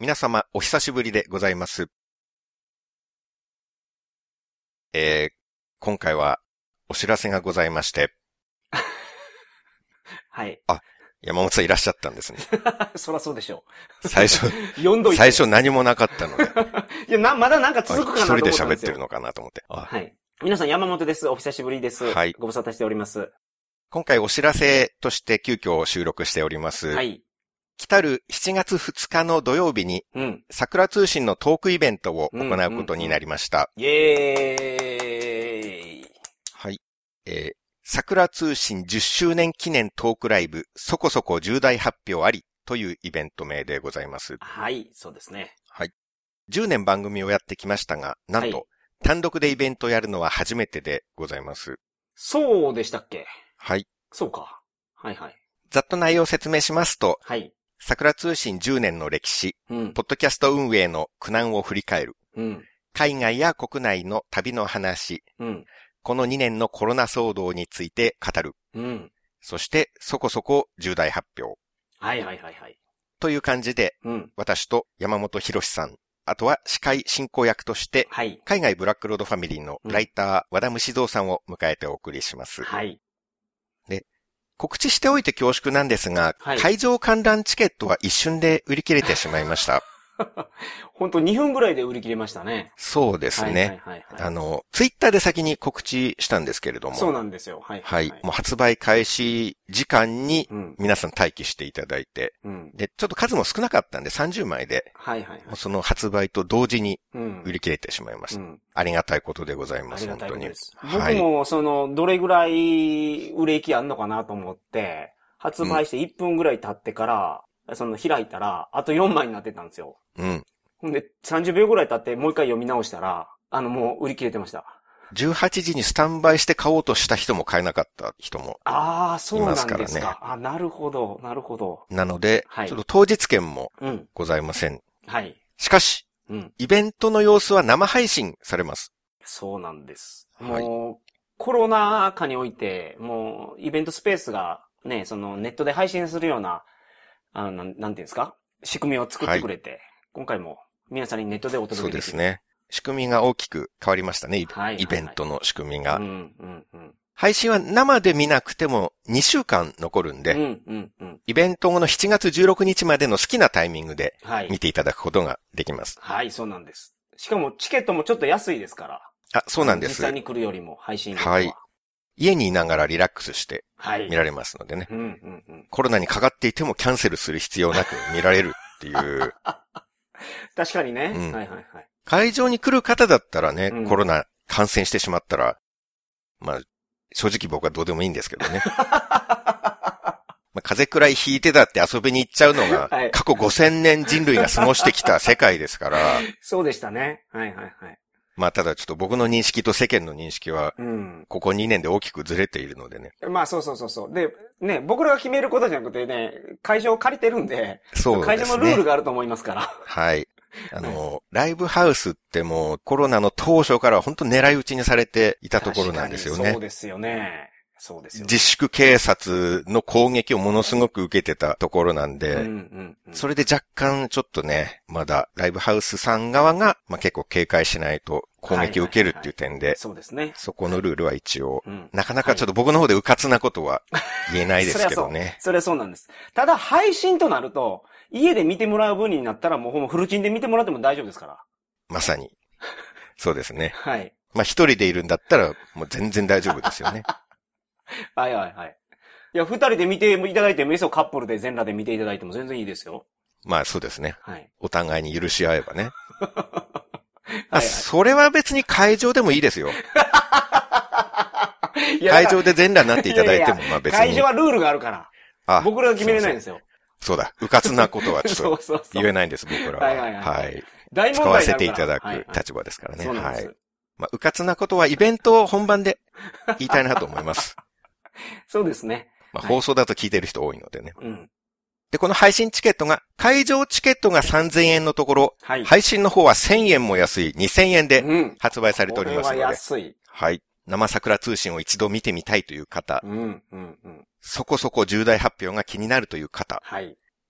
皆様お久しぶりでございます。今回はお知らせがございまして。 はい。 あ、山本さんいらっしゃったんですね。 そらそうでしょう。 最初何もなかったので。 いや、まだなんか続くかなと思ったんですよ。 一人で喋ってるのかなと思って。 はい。皆さん山本です。お久しぶりです。 はい。 ご無沙汰しております。 今回お知らせとして急遽収録しております。 はい。 来たる7月2日の土曜日に、桜通信のトークイベントを行うことになりました。 イエーイ。 はい。桜通信10周年記念トークライブ、そこそこ重大発表ありというイベント名でございます。 はい、そうですね。 はい。10年番組をやってきましたが、なんと、単独でイベントをやるのは初めてでございます。 そうでしたっけ？ はい。 そうか。はいはい。 ざっと内容を説明しますと、 はい。 桜通信10年の歴史、ポッドキャスト運営の苦難を振り返る、海外や国内の旅の話、この2年のコロナ騒動について語る、そしてそこそこ重大発表。 はいはいはいはい。 という感じで、私と山本博さん、あとは司会進行役として、海外ブラックロードファミリーのライター和田虫蔵さんを迎えてお送りします。 はい。 で、告知しておいて恐縮なんですが、会場観覧チケットは一瞬で売り切れてしまいました。 本当2分ぐらいで売り切れましたね。 そうですね。ツイッターで先に告知したんですけれども。 そうなんですよ。はい。 はい。もう発売開始時間に皆さん待機していただいて、で、ちょっと数も少なかったんで30枚で、その発売と同時に売り切れてしまいました。ありがたいことでございます。本当に。 僕もどれぐらい売れ行きあんのかなと思って、発売して1分ぐらい経ってから、開いたら、あと4枚になってたんですよ。ほんで、30秒ぐらい経ってもう一回読み直したら、もう売り切れてました。 18時にスタンバイして買おうとした人も買えなかった人もいますからね。 ああ、そうなんですか。なるほど、なるほど。 なので、ちょっと当日券もございません。 はい。 しかし、イベントの様子は生配信されます。 そうなんです。もう、コロナ禍において、もう、イベントスペースがね、ネットで配信するような、なんていうんですか？仕組みを作ってくれて、今回も皆さんにネットでお届けできる。 そうですね。仕組みが大きく変わりましたね。イベントの仕組みが。配信は生で見なくても2週間残るんで、イベント後の7月16日までの好きなタイミングで見ていただくことができます。 はい、そうなんです。しかもチケットもちょっと安いですから。 あ、そうなんです。 実際に来るよりも配信では。 はい。家にいながらリラックスして見られますのでね。コロナにかかっていてもキャンセルする必要なく見られるっていう。 確かにね。 会場に来る方だったらね、コロナ感染してしまったら、まあ、正直僕はどうでもいいんですけどね。風邪くらいひいてだって遊びに行っちゃうのが、過去5000年人類が過ごしてきた世界ですから。 そうでしたね。 まあただちょっと僕の認識と世間の認識は、ここ2年で大きくずれているのでね。 まあそう。で、ね、僕らが決めることじゃなくてね、会場を借りてるんで、 そうですね。 会場のルールがあると思いますから。 はい。ライブハウスってもうコロナの当初から本当狙い撃ちにされていたところなんですよね。 そうですよね。 自粛警察の攻撃をものすごく受けてたところなんで、それで若干ちょっとね、まだライブハウスさん側が、結構警戒しないと攻撃を受けるっていう点で、 そうですね。 そこのルールは一応、なかなかちょっと僕の方で迂闊なことは言えないですけどね。 それはそうなんです。ただ配信となると、家で見てもらう分になったらもうほぼフルチンで見てもらっても大丈夫ですから。 まさに。そうですね。 はい。 一人でいるんだったらもう全然大丈夫ですよね。 はい。いや、二人で見ていただいてもいいですよ。カップルで全裸で見ていただいても全然いいですよ。 まあそうですね。 はい。 お互いに許し合えばね。それは別に会場でもいいですよ。会場で全裸になっていただいても、別に。 会場はルールがあるから。僕らが決めれないんですよ。 そうだ。迂闊なことはちょっと言えないんです、僕らは。はい。使わせていただく立場ですからね。はい。迂闊なことはイベント本番で言いたいなと思います。 そうですね。 放送だと聞いてる人多いのでね。で、この配信チケットが、会場チケットが3000円のところ、配信の方は1000円も安い2000円で発売されておりますので。 これは安い。 はい。生桜通信を一度見てみたいという方、そこそこ重大発表が気になるという方、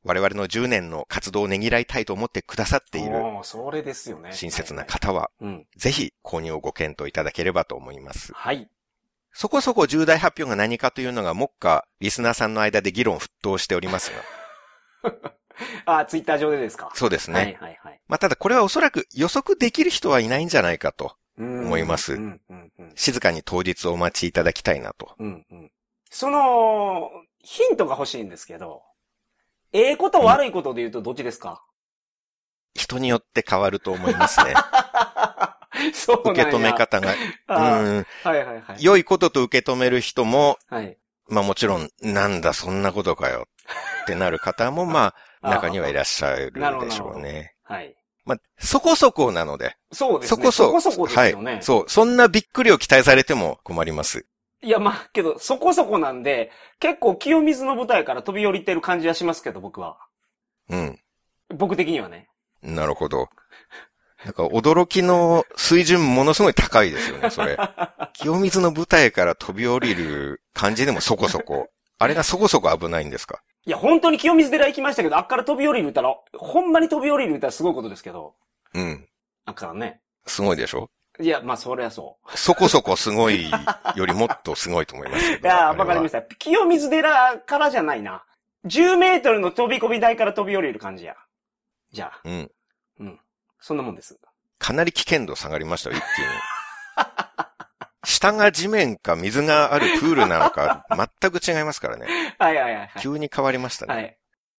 我々の10年の活動をねぎらいたいと思ってくださっている。 それですよね。 親切な方は、ぜひ購入をご検討いただければと思います。 はい。 そこそこ重大発表が何かというのが、目下、リスナーさんの間で議論沸騰しておりますが。ツイッター上でですか？ そうですね。ただこれはおそらく予測できる人はいないんじゃないかと思います。静かに当日をお待ちいただきたいなと。 その、ヒントが欲しいんですけど、こと悪いことで言うとどっちですか？ 人によって変わると思いますね。 そうなんや。 受け止め方が。良いことと受け止める人も、もちろん、なんだそんなことかよってなる方も、中にはいらっしゃるでしょうね。そこそこなので。 そうですね。そこそこですよね。 そんなびっくりを期待されても困ります。 いや、けど、そこそこなんで、結構清水の舞台から飛び降りてる感じはしますけど、僕は。僕的にはね。 なるほど。なんか驚きの水準ものすごい高いですよね、それ。清水の舞台から飛び降りる感じでもそこそこ。あれがそこそこ危ないんですか？ いや、本当に清水寺行きましたけど、あっから飛び降りるったら、ほんまに飛び降りるったらすごいことですけど。あっからね。 すごいでしょ？ いや、それはそう。 そこそこすごいよりもっとすごいと思いますけど。 いや、わかりました。清水寺からじゃないな。10メートルの飛び込み台から飛び降りる感じや。じゃあ。そんなもんです。 かなり危険度下がりましたよ、一気に。下が地面か水があるプールなのか、全く違いますからね。急に変わりましたね。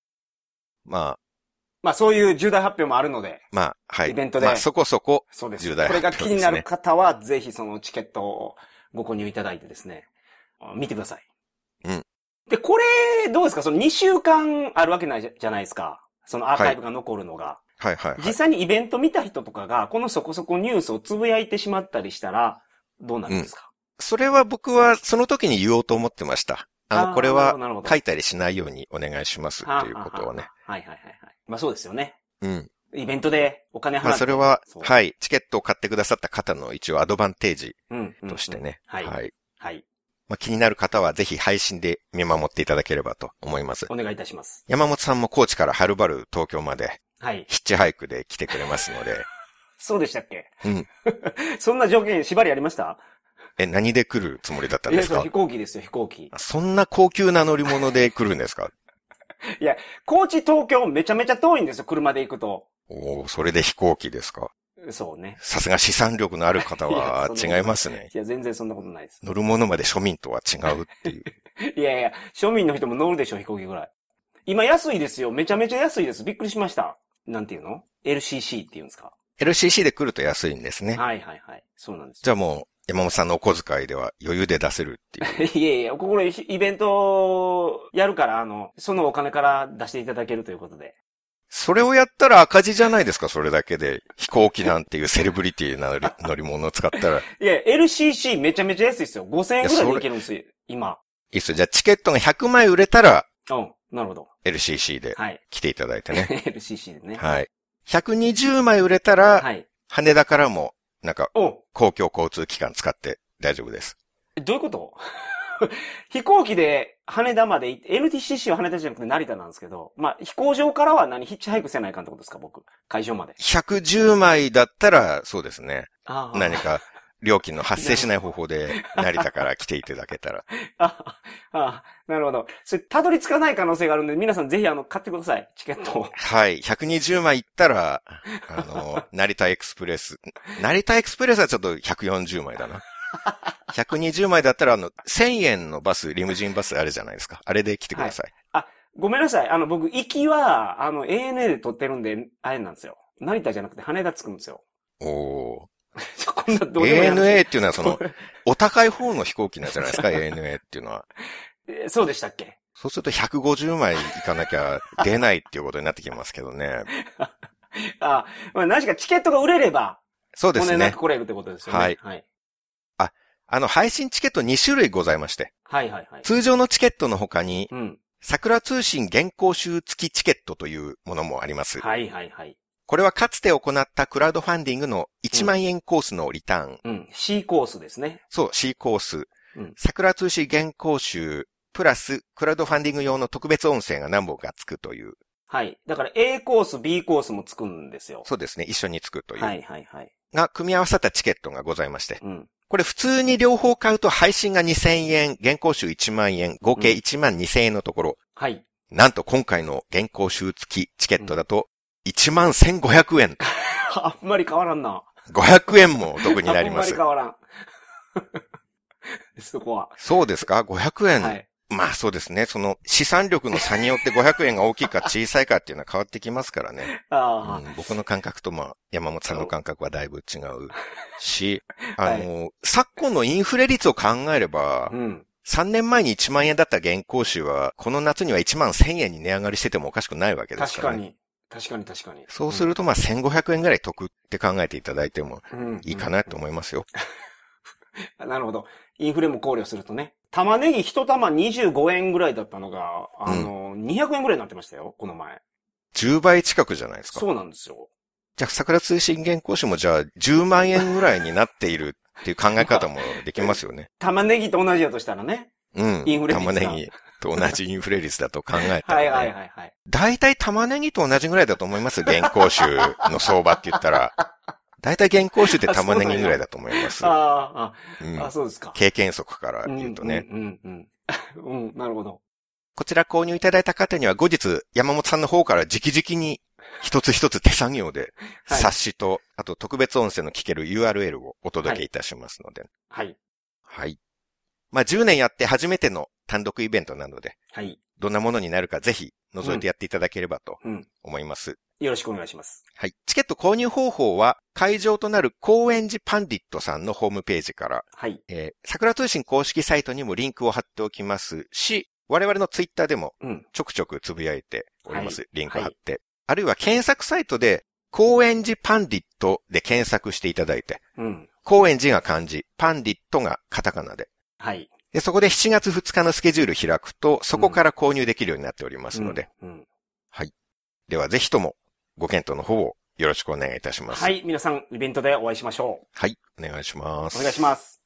そういう重大発表もあるので。イベントで。 そこそこ。 そうです。 重大発表ですね。これが気になる方は、ぜひそのチケットをご購入いただいてですね、見てください。で、これ、どうですか？その2週間あるわけないじゃないですか。そのアーカイブが残るのが。実際にイベント見た人とかが、このそこそこニュースをつぶやいてしまったりしたら、どうなるんですか？ それは僕はその時に言おうと思ってました。これは書いたりしないようにお願いしますっていうことをね。 そうですよね。イベントでお金払って。 それは、チケットを買ってくださった方の一応アドバンテージとしてね。気になる方はぜひ配信で見守っていただければと思います。 お願いいたします。 山本さんも高知からはるばる東京まで、ヒッチハイクで来てくれますので。 そうでしたっけ？そんな条件縛りありました？ 何で来るつもりだったんですか？ 飛行機ですよ、飛行機。 そんな高級な乗り物で来るんですか？ いや、高知東京めちゃめちゃ遠いんですよ、車で行くと。 それで飛行機ですか？ そうね。 さすが資産力のある方は違いますね。 いや、全然そんなことないです。 乗るものまで庶民とは違うっていう。 いや、庶民の人も乗るでしょ、飛行機ぐらい。今安いですよ。めちゃめちゃ安いです。びっくりしました。なんていうの？ LCC って言うんですか？ LCC で来ると安いんですね。 そうなんです。 じゃあもう、山本さんのお小遣いでは余裕で出せるっていう。 いや、ここでイベントやるから、そのお金から出していただけるということで。 それをやったら赤字じゃないですか、それだけで。飛行機なんていうセレブリティな乗り物を使ったら。 いや、LCC めちゃめちゃ安いですよ。5000円くらいでいけるんですよ、今。 いいっすよ。じゃあチケットが100枚売れたら、 なるほど。 LCC で来ていただいてね。 LCC でね。 120枚売れたら、羽田からも、公共交通機関使って大丈夫です。 どういうこと飛行機で羽田まで行って、NTCC は羽田じゃなくて成田なんですけど、飛行場からはヒッチハイクせないかんってことですか、僕。会場まで。 110枚だったら、そうですね。何か、料金の発生しない方法で成田から来ていただけたら。 なるほど。それ、たどり着かない可能性があるんで、皆さんぜひ買ってください、チケットを。 120枚行ったら、成田エクスプレス。成田エクスプレスはちょっと140枚だな。120枚だったら1000円のバス、リムジンバスあるじゃないですか。あれで来てください。 ごめんなさい。僕、行きは、ANA で撮ってるんで、あれなんですよ。成田じゃなくて羽田着くんですよ。 こんなどうでもいい ANA っていうのはお高い方の飛行機なんじゃないですか、ANA っていうのは。 そうでしたっけ？ そうすると150枚行かなきゃ出ないっていうことになってきますけどね。 何しかチケットが売れれば、 そうですね。 骨なく来れるってことですよね。 配信チケット2種類ございまして。通常のチケットの他に、桜通信現行集付きチケットというものもあります。これはかつて行ったクラウドファンディングの1万円コースのリターン。 C コースですね。 そう、C コース。桜通信現行集プラスクラウドファンディング用の特別音声が何本かつくというはい。だから A コース、B コースもつくんですよ。 そうですね。一緒につくという。 はいはいはい。 が、組み合わさったチケットがございまして。うん。これ普通に両方買うと配信が2000円、原稿集1万円、合計1万2000円のところ。はい。なんと今回の原稿集付きチケットだと、1万1500円。 あんまり変わらんな。 500円もお得になります。 あんまり変わらん。そこは。 そうですか ?500 円。はい。まあそうですね。その資産力の差によって500円が大きいか小さいかっていうのは変わってきますからね。僕の感覚とも山本さんの感覚はだいぶ違うし、はい、昨今のインフレ率を考えれば、3年前に1万円だった原稿集は、この夏には1万1000円に値上がりしててもおかしくないわけですからね。 確かに。 そうするとまあ1500円ぐらい得って考えていただいてもいいかなと思いますよ。 なるほど。インフレも考慮するとね。玉ねぎ一玉25円ぐらいだったのが、200円ぐらいになってましたよ、この前。 10倍近くじゃないですか。 そうなんですよ。 じゃあ、桜通信原稿誌もじゃあ、10万円ぐらいになっているっていう考え方もできますよね。 玉ねぎと同じだとしたらね。 うん。インフレ率。玉ねぎと同じインフレ率だと考えたら、ね。 はい。 だいたい玉ねぎと同じぐらいだと思います、原稿集の相場って言ったら。だいたい原稿集って玉ねぎぐらいだと思います。 そうですか。 経験則から言うとね。 なるほど。 こちら購入いただいた方には後日、山本さんの方から直々に一つ一つ手作業で、冊子と、あと特別音声の聞ける URL をお届けいたしますので。 はい。 はい。まあ、10年やって初めての単独イベントなので、はい。どんなものになるかぜひ覗いてやっていただければと思います。 よろしくお願いします。 はい。チケット購入方法は、会場となる高円寺パンディットさんのホームページから、はい。桜通信公式サイトにもリンクを貼っておきますし、我々のツイッターでもちょくちょくつぶやいております。はい、リンク貼って、はい。あるいは検索サイトで、高円寺パンディットで検索していただいて、高円寺が漢字、パンディットがカタカナで。はい。で、そこで7月2日のスケジュール開くと、そこから購入できるようになっておりますので。はい。ではぜひともご検討の方をよろしくお願いいたします。 はい。皆さん、イベントでお会いしましょう。 はい。お願いします。 お願いします。